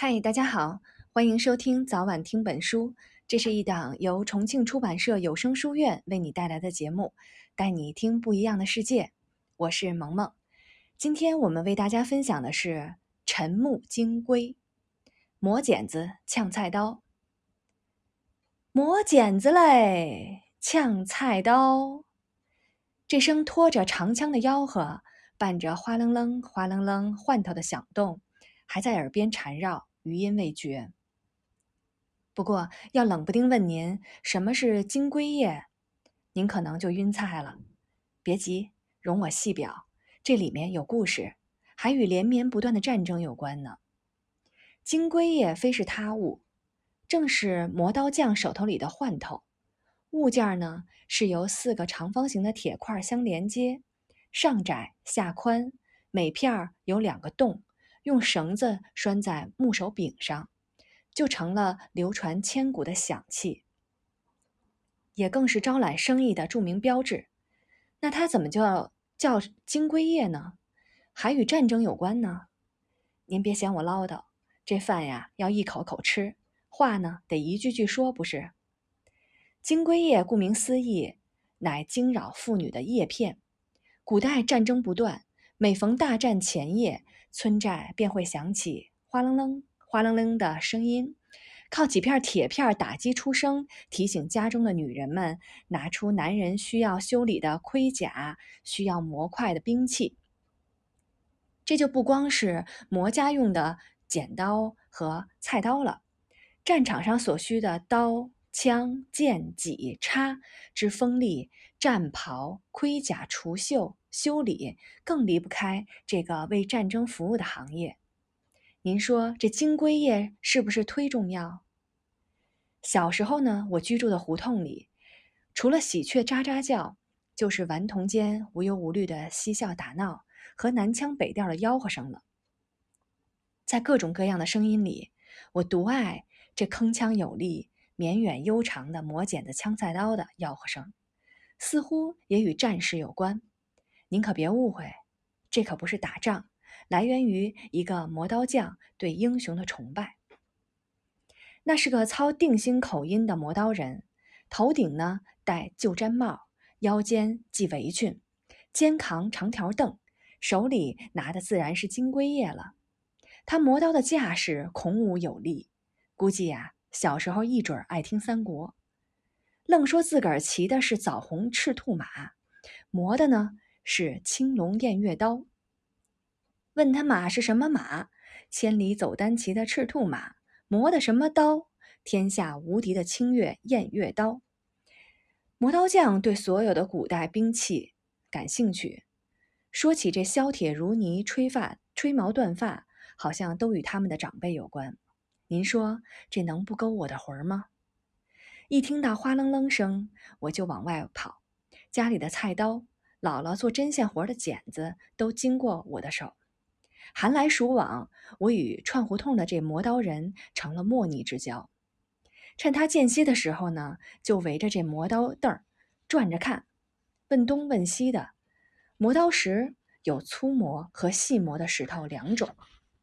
嗨，大家好，欢迎收听早晚听本书。这是一档由重庆出版社有声书院为你带来的节目，带你听不一样的世界。我是萌萌。今天我们为大家分享的是沉木金龟，磨剪子呛菜刀。磨剪子嘞，呛菜刀。这声拖着长枪的吆喝，伴着哗楞楞、哗楞楞换头的响动，还在耳边缠绕，余音未绝。不过，要冷不丁问您什么是金龟叶，您可能就晕菜了。别急，容我细表，这里面有故事，还与连绵不断的战争有关呢。金龟叶非是他物，正是磨刀匠手头里的换头。物件呢，是由4个长方形的铁块相连接，上窄下宽，每片有2个洞，用绳子拴在木手柄上，就成了流传千古的响器，也更是招揽生意的著名标志。那它怎么叫金龟叶呢？还与战争有关呢？您别嫌我唠叨，这饭呀要一口口吃，话呢得一句句说，不是？金龟叶顾名思义，乃惊扰妇女的叶片。古代战争不断，每逢大战前夜，村寨便会响起哗楞楞、哗楞楞的声音，靠几片铁片打击出声，提醒家中的女人们拿出男人需要修理的盔甲，需要磨快的兵器。这就不光是磨家用的剪刀和菜刀了，战场上所需的刀、枪、剑、戟、叉之锋利、战袍、盔甲、除锈、修理，更离不开这个为战争服务的行业。您说这金龟叶是不是忒重要？小时候呢，我居住的胡同里，除了喜鹊喳喳叫，就是顽童间无忧无虑的嬉笑打闹和南腔北调的吆喝声了。在各种各样的声音里，我独爱这铿锵有力、绵远悠长的磨剪子呛菜刀的吆喝声，似乎也与战事有关。您可别误会，这可不是打仗，来源于一个磨刀匠对英雄的崇拜。那是个操定兴口音的磨刀人，头顶呢戴旧毡帽，腰间系围裙，肩扛长条凳，手里拿的自然是金龟叶了。他磨刀的架势孔武有力，估计呀，小时候一准爱听三国，愣说自个儿骑的是枣红赤兔马，磨的呢是青龙偃月刀。问他马是什么马？千里走单骑的赤兔马。磨的什么刀？天下无敌的清月偃月刀。磨刀匠对所有的古代兵器感兴趣，说起这削铁如泥、吹毛断发，好像都与他们的长辈有关。您说这能不勾我的魂吗？一听到哗楞楞声，我就往外跑，家里的菜刀、姥姥做针线活的剪子都经过我的手。寒来暑往，我与串胡同的这磨刀人成了莫逆之交。趁他间歇的时候呢，就围着这磨刀凳转着看，问东问西的。磨刀石有粗磨和细磨的石头2种。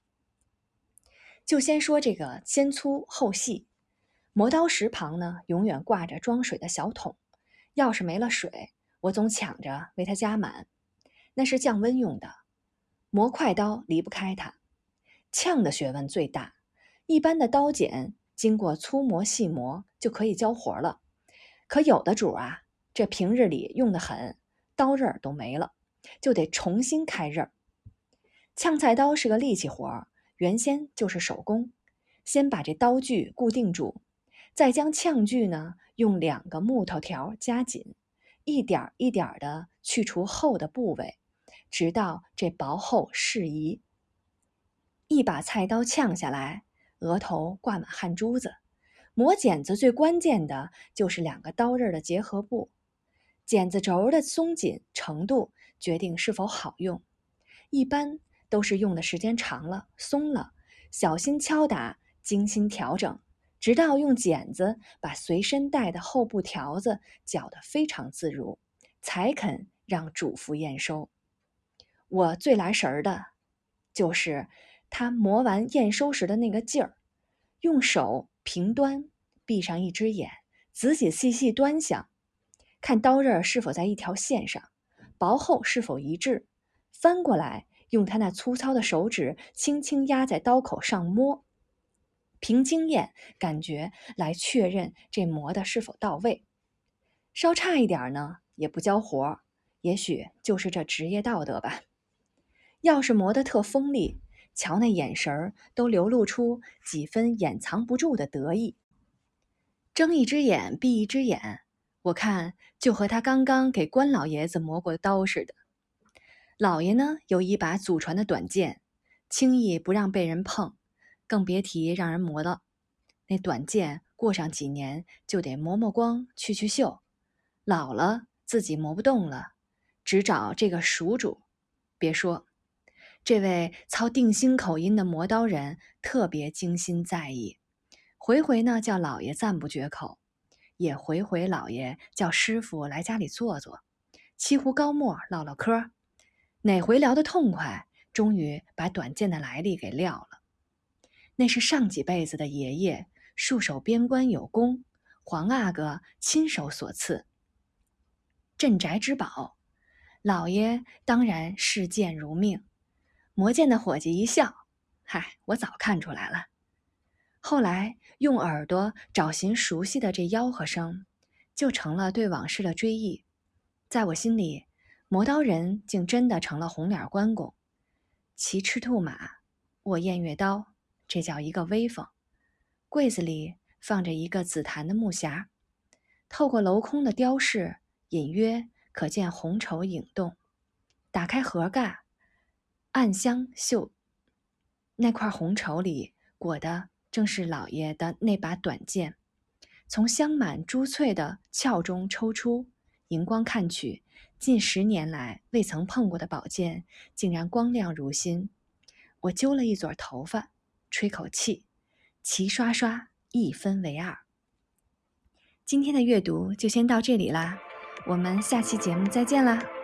就先说这个先粗后细。磨刀石旁呢，永远挂着装水的小桶，要是没了水，我总抢着为它加满，那是降温用的。磨快刀离不开它，呛的学问最大。一般的刀剪经过粗磨细磨就可以交活了，可有的主啊，这平日里用得很，刀刃都没了，就得重新开刃。呛菜刀是个力气活，原先就是手工，先把这刀具固定住，再将呛具呢用2个木头条夹紧，一点一点的去除厚的部位，直到这薄厚适宜。一把菜刀呛下来，额头挂满汗珠子。磨剪子最关键的就是2个刀刃的结合部，剪子轴的松紧程度决定是否好用。一般都是用的时间长了松了，小心敲打，精心调整，直到用剪子把随身带的厚布条子绞得非常自如，才肯让主妇验收。我最来神儿的就是他磨完验收时的那个劲儿，用手平端，闭上一只眼，仔仔细细端详，看刀刃是否在一条线上，薄厚是否一致，翻过来，用他那粗糙的手指轻轻压在刀口上摸，凭经验感觉来确认这磨的是否到位。稍差一点呢，也不交活，也许就是这职业道德吧。要是磨得特锋利，瞧那眼神儿都流露出几分掩藏不住的得意。睁一只眼闭一只眼，我看就和他刚刚给关老爷子磨过刀似的。老爷呢，有一把祖传的短剑，轻易不让被人碰，更别提让人磨了。那短剑过上几年就得磨磨光去锈，老了自己磨不动了，只找这个熟主。别说，这位操定兴口音的磨刀人特别精心在意，回回呢叫老爷赞不绝口，也回回老爷叫师傅来家里坐坐，沏壶高沫唠唠嗑。哪回聊得痛快，终于把短剑的来历给撂了。那是上几辈子的爷爷戍守边关有功，黄阿哥亲手所赐，镇宅之宝。老爷当然视剑如命。磨剑的伙计一笑：“嗨，我早看出来了。”后来用耳朵找寻熟悉的这吆喝声，就成了对往事的追忆。在我心里，磨刀人竟真的成了红脸关公，骑赤兔马，握偃月刀，这叫一个威风。柜子里放着一个紫檀的木匣，透过镂空的雕饰，隐约可见红绸影动。打开盒盖，暗香嗅，那块红绸里裹的正是老爷的那把短剑，从镶满珠翠的鞘中抽出，荧光看去，近10年来未曾碰过的宝剑，竟然光亮如新。我揪了一撮头发，吹口气，齐刷刷一分为二。今天的阅读就先到这里啦，我们下期节目再见啦。